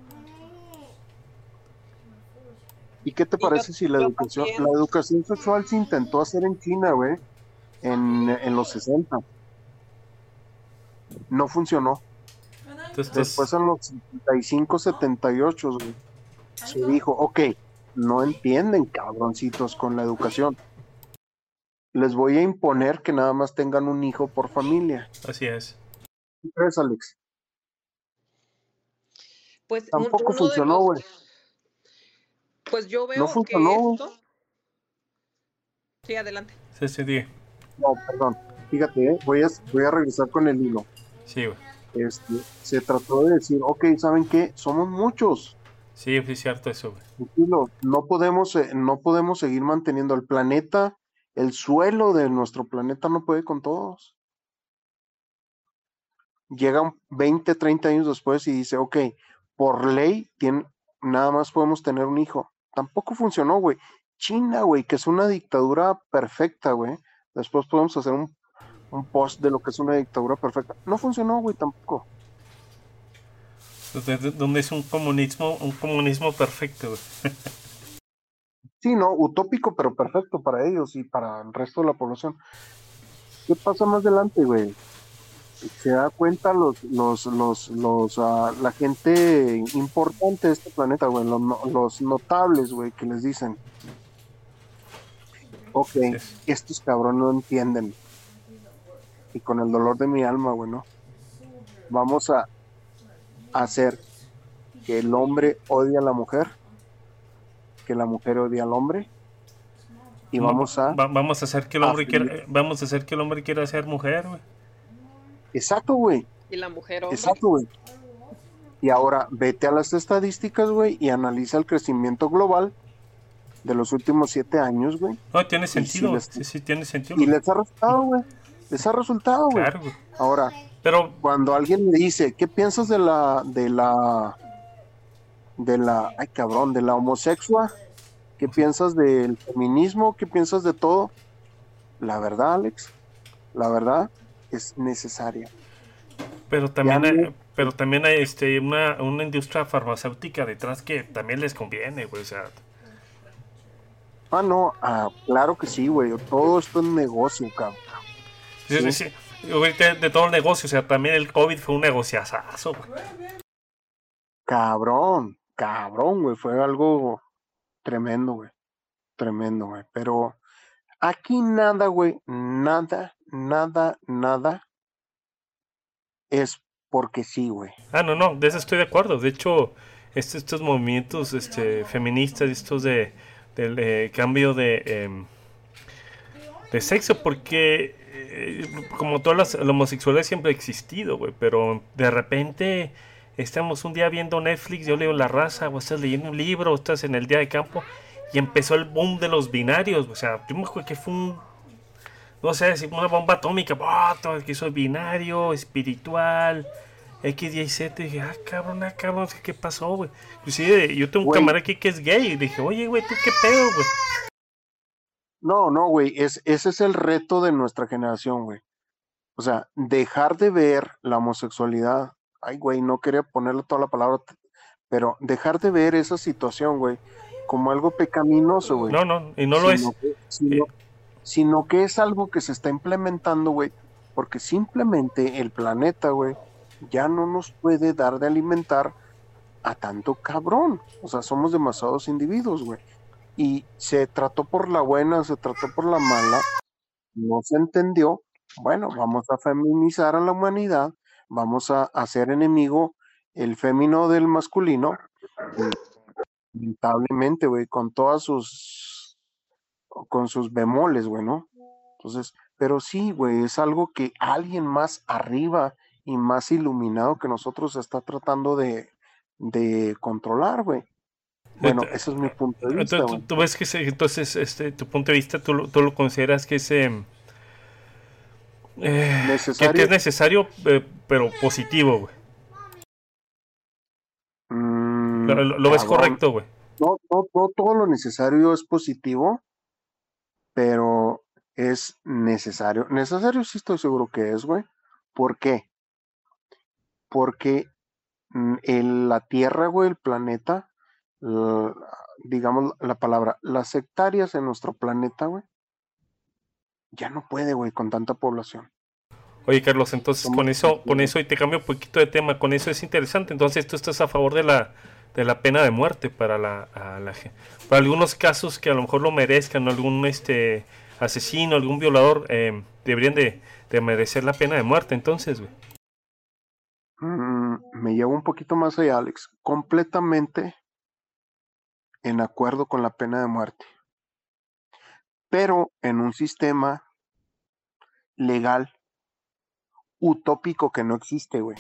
¿Y qué te Y parece si la yo educación, también. la educación sexual se intentó hacer en China, güey, en los 60? No funcionó. Después Entonces, en los 75, 78, güey, se dijo, ok, no entienden, cabroncitos, con la educación. Les voy a imponer que nada más tengan un hijo por familia. así es. ¿Qué crees, Alex? Pues Tampoco uno de funcionó, los, güey. pues yo No veo funcionó, que güey. esto, sí, adelante. Sí, sí, sí. No, perdón. Fíjate, voy a regresar con el hilo. Sí, güey. Se trató de decir, ok, ¿saben qué? Somos muchos. Sí, es cierto eso, güey. Tranquilo, no podemos seguir manteniendo el planeta, el suelo de nuestro planeta no puede con todos. Llegan 20, 30 años después y dice, ok, por ley nada más podemos tener un hijo. Tampoco funcionó, güey. China, güey, que es una dictadura perfecta, güey. Después podemos hacer un post de lo que es una dictadura perfecta. No funcionó, güey, tampoco. Donde es un comunismo perfecto, güey. Sí, no, utópico, pero perfecto para ellos y para el resto de la población. ¿Qué pasa más adelante, güey? Se da cuenta la gente importante de este planeta, güey, los notables, güey, que les dicen, ok, Sí, estos cabrones no entienden. Y con el dolor de mi alma, güey, ¿no? Vamos a hacer que el hombre odie a la mujer, que la mujer odie al hombre, y vamos a... vamos a hacer que el hombre quiera ser mujer, güey. Exacto, güey. Y la mujer hombre. Exacto, güey. Y ahora vete a las estadísticas, güey, y analiza el crecimiento global de los últimos 7 años, güey. No, tiene sentido. Sí, Sí, tiene sentido. Y les ha resultado, güey. Les ha resultado, güey. Claro, güey. Ahora, Pero, cuando alguien me dice, ¿qué piensas de ay cabrón, de la homosexual? ¿Qué piensas del feminismo? ¿Qué piensas de todo? La verdad, Alex, la verdad es necesaria. pero también hay una industria farmacéutica detrás que también les conviene, güey. O sea, No, claro que sí, güey. Todo esto es negocio, cabrón. sí. Sí. De todo el negocio, o sea, también el COVID fue un negociazazo, güey. Cabrón, güey. Fue algo tremendo, güey. Tremendo, güey. Pero aquí nada, güey. Nada es porque sí, güey. No, de eso estoy de acuerdo. De hecho, estos movimientos feministas, estos del cambio de sexo, porque como todas la homosexualidad siempre ha existido, güey, pero de repente estamos un día viendo Netflix, yo leo La Raza, o estás leyendo un libro, o estás en el día de campo, y empezó el boom de los binarios, o sea, yo me acuerdo que fue no sé, una bomba atómica, todo que soy binario, espiritual, X, Y, Z, y dije, cabrón, ¿qué pasó, güey? Inclusive, yo tengo un Güey. camarada aquí que es gay, y dije, oye, güey, ¿tú qué pedo, güey? No, güey. Ese es el reto de nuestra generación, güey. O sea, dejar de ver la homosexualidad. Ay, güey, no quería ponerle toda la palabra, pero dejar de ver esa situación, güey, como algo pecaminoso, güey. No, y no lo es. Sino que es algo que se está implementando, güey, porque simplemente el planeta, güey, ya no nos puede dar de alimentar a tanto cabrón. O sea, somos demasiados individuos, güey. Y se trató por la buena, se trató por la mala, no se entendió, Bueno, vamos a feminizar a la humanidad, vamos a hacer enemigo el fémino del masculino, y lamentablemente, güey, con sus bemoles, güey, ¿no? Entonces, pero sí, güey, es algo que alguien más arriba y más iluminado que nosotros está tratando de controlar, güey. Bueno, ese es mi punto de vista, Entonces, güey. tú ves que entonces tu punto de vista tú lo consideras que es que es Necesario, necesario, pero positivo, güey. Lo ves cabrón. correcto, güey. No, no, no todo lo necesario es positivo, pero es necesario. Necesario sí estoy seguro que es, güey. ¿Por qué? Porque la Tierra, güey, el planeta, l- digamos la palabra, las hectáreas en nuestro planeta, güey, ya no puede, güey, con tanta población. Oye, Carlos, entonces Somos con demasiados. eso, y te cambio un poquito de tema, con eso es interesante. Entonces, tú estás a favor de la pena de muerte para para algunos casos que a lo mejor lo merezcan, algún asesino, algún violador, deberían de merecer la pena de muerte, entonces, güey. Me llevo un poquito más allá, Alex. Completamente en acuerdo con la pena de muerte, pero en un sistema legal utópico que no existe, güey.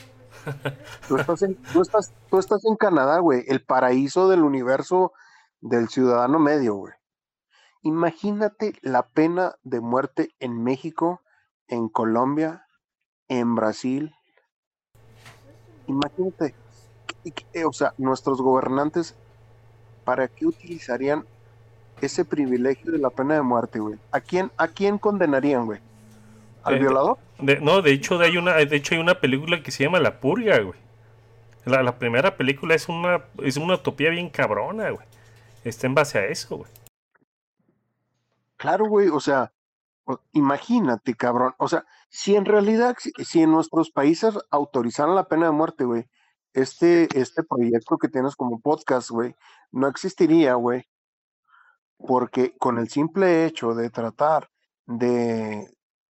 Tú estás en Canadá, güey, el paraíso del universo del ciudadano medio, güey. Imagínate la pena de muerte en México, en Colombia, en Brasil. Imagínate, o sea, nuestros gobernantes, ¿para qué utilizarían ese privilegio de la pena de muerte, güey? A quién condenarían, güey? ¿Al Eh, de, violador? no, de hecho, de hecho hay una película que se llama La Purga, güey. La primera película es una utopía bien cabrona, güey. Está en base a eso, güey. Claro, güey, o sea, imagínate, cabrón. O sea, si en realidad, si en nuestros países autorizaran la pena de muerte, güey, este proyecto que tienes como podcast, güey, no existiría, güey, porque con el simple hecho de tratar de,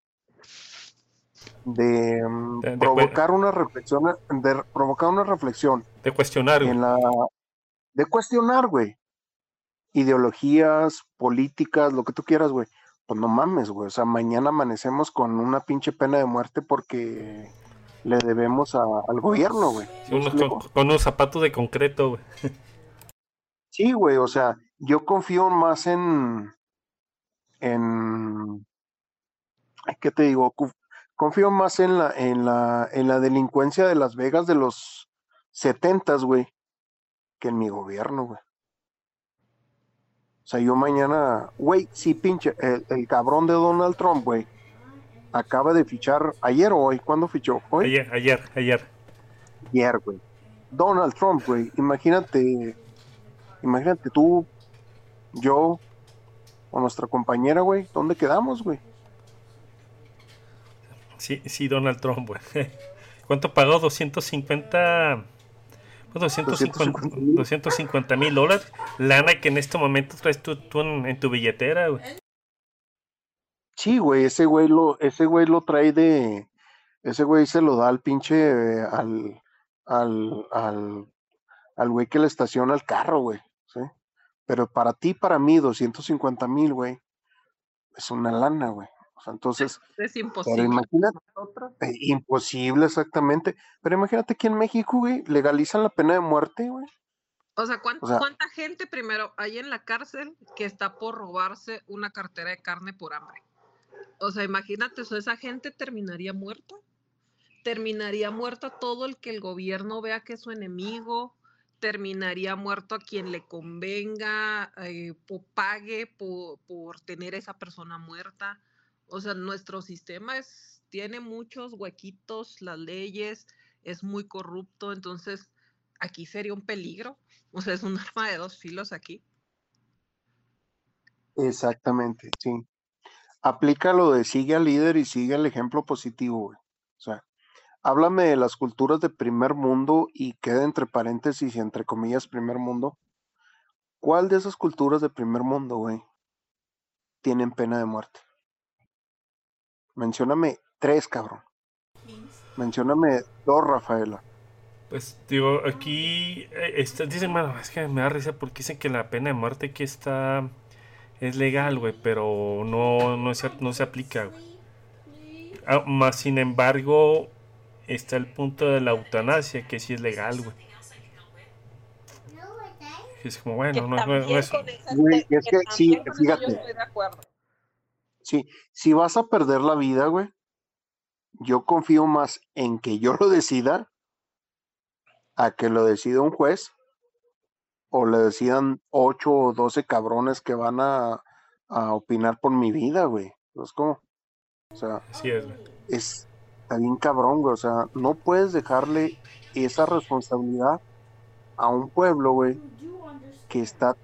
De, provocar una reflexión, de cuestionar, güey. en la, de cuestionar, güey, ideologías, políticas, lo que tú quieras, güey. Pues no mames, güey. O sea, mañana amanecemos con una pinche pena de muerte porque le debemos al gobierno, güey. Sí, ¿Me explico? con unos zapatos de concreto, güey. Sí, güey. O sea, yo confío más en, ay, ¿qué te digo? Confío más en la delincuencia de Las Vegas de los setentas, güey, que en mi gobierno, güey. O sea, yo mañana, güey, sí, pinche, el cabrón de Donald Trump, güey, acaba de fichar ayer o hoy. ¿Cuándo fichó? Hoy. Ayer. Ayer, güey. Donald Trump, güey. Imagínate tú, yo o nuestra compañera, güey. ¿Dónde quedamos, güey? Sí, sí, Donald Trump, güey. ¿Cuánto pagó? 250. Doscientos cincuenta mil. $250,000. Lana que en este momento traes tú en tu billetera, güey. Sí, güey, ese güey lo trae ese güey se lo da al pinche, al, al, al güey que le estaciona el carro, güey. ¿Sí? Pero para ti, para mí, 250,000, güey, es una lana, güey. O sea, entonces, Es pero imposible imagínate. para nosotros. Imposible, exactamente. Pero imagínate aquí en México, güey, legalizan la pena de muerte, güey. O sea, O sea, ¿cuánta gente primero hay en la cárcel que está por robarse una cartera de carne por hambre? O sea, imagínate, esa gente terminaría muerta. Terminaría muerto todo el que el gobierno vea que es su enemigo. Terminaría muerto a quien le convenga, pague por tener esa persona muerta. O sea, nuestro sistema tiene muchos huequitos, las leyes, es muy corrupto, entonces aquí sería un peligro. O sea, es un arma de dos filos aquí. exactamente, sí. Aplica lo de sigue al líder y sigue el ejemplo positivo, güey. O sea, háblame de las culturas de primer mundo y queda entre paréntesis y entre comillas primer mundo. ¿Cuál de esas culturas de primer mundo, güey, tienen pena de muerte? Mencióname 3, cabrón. Mencióname 2, Rafaela. Pues digo, aquí dicen, bueno, es que me da risa porque dicen que la pena de muerte aquí es legal, güey, pero no se aplica, güey. Más sin embargo, está el punto de la eutanasia, que sí es legal, güey. Es como, Que bueno, no también es... con esa Güey, es que sí, también con eso yo fíjate, estoy de acuerdo. sí, si vas a perder la vida, güey, yo confío más en que yo lo decida a que lo decida un juez o le decidan 8 o 12 cabrones que van a opinar por mi vida, güey. Es como, o sea, Así es, güey. está bien cabrón, güey. O sea, no puedes dejarle esa responsabilidad a un pueblo, güey, que está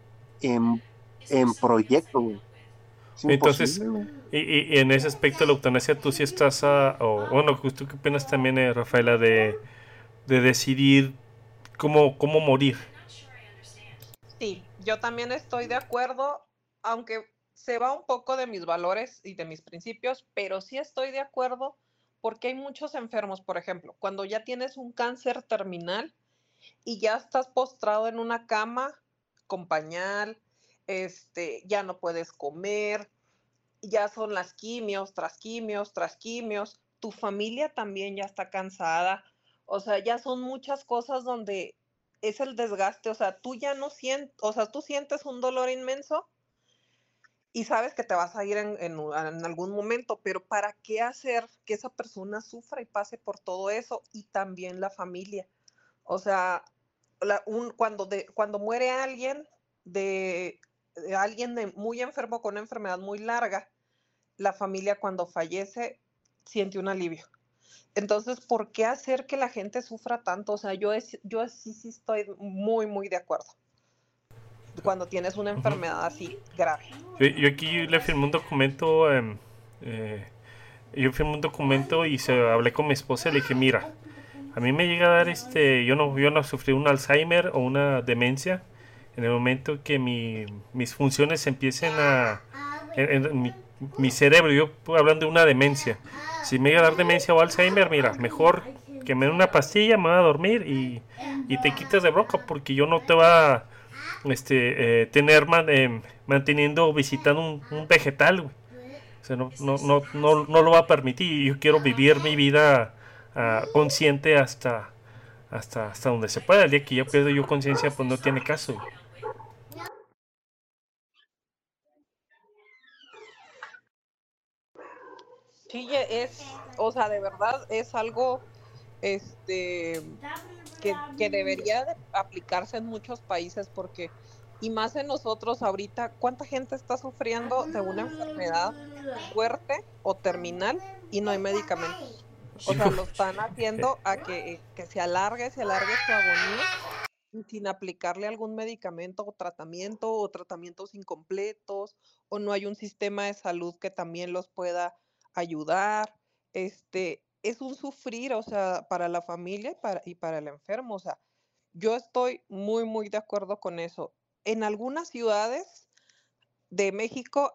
en proyecto, güey. Es Entonces, imposible, güey. y en ese aspecto de la eutanasia, tú sí estás o bueno, ¿tú qué opinas también, Rafaela, de decidir cómo morir? Sí, yo también estoy de acuerdo, aunque se va un poco de mis valores y de mis principios, pero sí estoy de acuerdo porque hay muchos enfermos, por ejemplo, cuando ya tienes un cáncer terminal y ya estás postrado en una cama con pañal, ya no puedes comer, ya son las quimios, tras quimios, tras quimios, tu familia también ya está cansada, o sea, ya son muchas cosas donde es el desgaste, o sea, tú ya no sientes, o sea, tú sientes un dolor inmenso y sabes que te vas a ir en algún momento, pero ¿para qué hacer que esa persona sufra y pase por todo eso? Y también la familia. O sea, cuando muere alguien de alguien muy enfermo con una enfermedad muy larga, la familia cuando fallece siente un alivio. Entonces, ¿por qué hacer que la gente sufra tanto? O sea, yo sí estoy muy, muy de acuerdo cuando tienes una Ujú. enfermedad así grave. Yo aquí le firmé un documento, eh, yo firmé un documento y hablé con mi esposa y le dije, mira, a mí me llega a dar yo no sufrí un Alzheimer o una demencia en el momento que mis funciones empiecen mi cerebro, yo hablando de una demencia, si me llega a dar demencia o Alzheimer, mira, mejor que me den una pastilla, me voy a dormir y te quitas de bronca porque yo no te va a tener manteniendo visitando un vegetal, güey. O sea, no lo va a permitir. Yo quiero vivir mi vida consciente hasta donde se pueda. El día que ya pierdo yo conciencia, pues no tiene caso. Sí, o sea, de verdad es algo este, que debería de aplicarse en muchos países porque, y más en nosotros ahorita, ¿cuánta gente está sufriendo de una enfermedad fuerte o terminal y no hay medicamentos? O Sí, sea, lo están haciendo a que se alargue su agonía y sin aplicarle algún medicamento o tratamientos incompletos, o no hay un sistema de salud que también los pueda ayudar. Es un sufrir, o sea, para la familia y para el enfermo. O sea, yo estoy muy, muy de acuerdo con eso. En algunas ciudades de México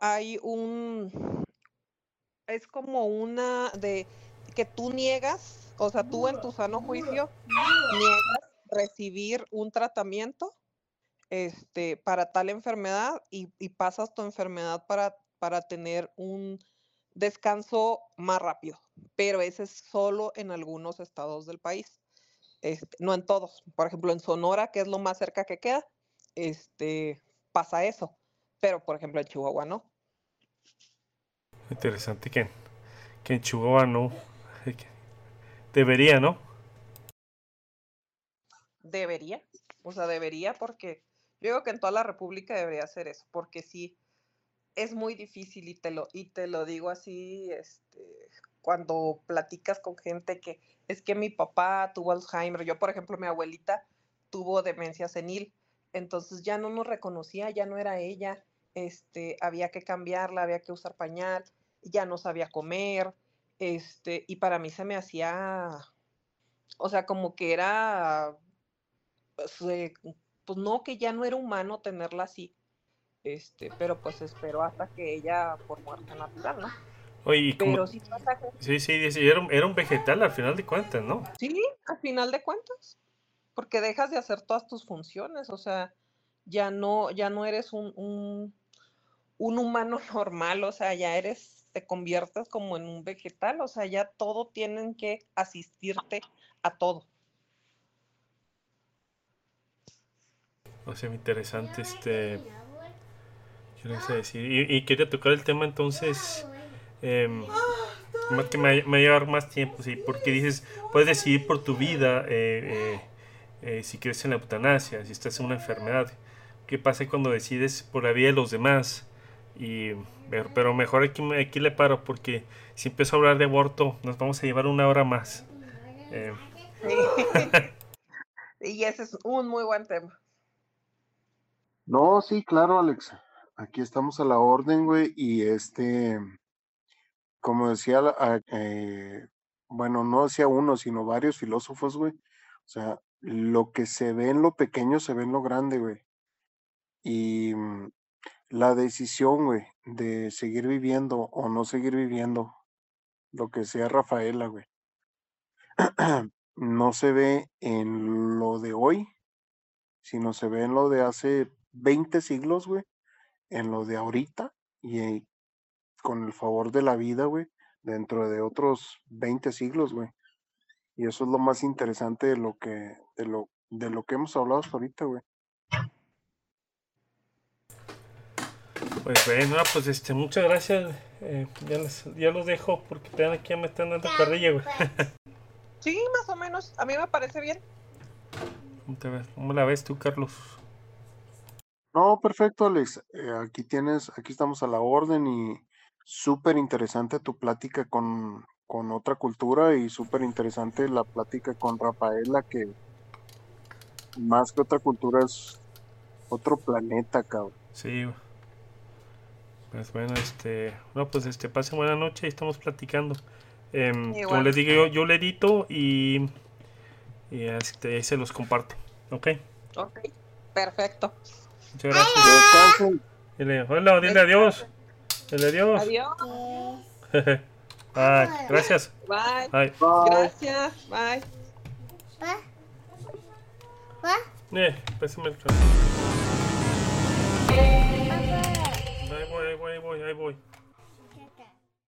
es como una de que tú niegas, o sea, tú en tu sano juicio niegas recibir un tratamiento para tal enfermedad y pasas tu enfermedad para tener un descanso más rápido, pero ese es solo en algunos estados del país, no en todos. Por ejemplo, en Sonora, que es lo más cerca que queda, pasa eso, pero por ejemplo en Chihuahua no. interesante que en Chihuahua no. Debería, ¿no? Debería, o sea, debería porque yo digo que en toda la República debería hacer eso, porque sí, es muy difícil y te lo digo así, cuando platicas con gente que es que mi papá tuvo Alzheimer, yo por ejemplo mi abuelita tuvo demencia senil, entonces ya no nos reconocía, ya no era ella, había que cambiarla, había que usar pañal, ya no sabía comer, y para mí se me hacía, o sea, como que era, pues, pues no, que ya no era humano tenerla así, pero pues esperó hasta que ella por muerte natural, ¿no? Oye, y como... Pero sí pasa que Sí, era un vegetal al final de cuentas, ¿no? sí, al final de cuentas, porque dejas de hacer todas tus funciones, o sea, ya no eres un humano normal, o sea, te conviertes como en un vegetal, o sea, ya todo tienen que asistirte a todo. O sea, interesante, ¿qué les iba a decir? Y quería tocar el tema entonces, más que me va a llevar más tiempo, sí, porque dices, puedes decidir por tu vida si crees en la eutanasia, si estás en una enfermedad. ¿Qué pasa cuando decides por la vida de los demás? Y, pero mejor aquí le paro, porque si empiezo a hablar de aborto, nos vamos a llevar 1 hora más. Sí. Y ese es un muy buen tema. No, sí, claro, Alex. Aquí estamos a la orden, güey, y como decía, bueno, no decía uno, sino varios filósofos, güey. O sea, lo que se ve en lo pequeño se ve en lo grande, güey. Y la decisión, güey, de seguir viviendo o no seguir viviendo, lo que sea Rafaela, güey, no se ve en lo de hoy, sino se ve en lo de hace 20 siglos, güey, en lo de ahorita y con el favor de la vida, güey, dentro de otros 20 siglos, güey. Y eso es lo más interesante de lo que hemos hablado hasta ahorita, güey. Pues bueno, pues muchas gracias. Ya los dejo porque aquí me están dando carrilla, güey. Sí, más o menos. A mí me parece bien. ¿Cómo la ves tú, Carlos? No, perfecto, Alex. Aquí estamos a la orden y súper interesante tu plática con otra cultura y súper interesante la plática con Rafaela, que más que otra cultura es otro planeta, cabrón. Sí, pues bueno, no, pues pasen buena noche y estamos platicando. Como les digo, yo le edito y ahí se los comparto, ¿ok? Ok, perfecto. Muchas gracias. Descansen. Dile adiós. Dile adiós. Adiós. Bye. Gracias. Bye. Bye. Gracias. Bye. Pásame el carro. Ahí voy.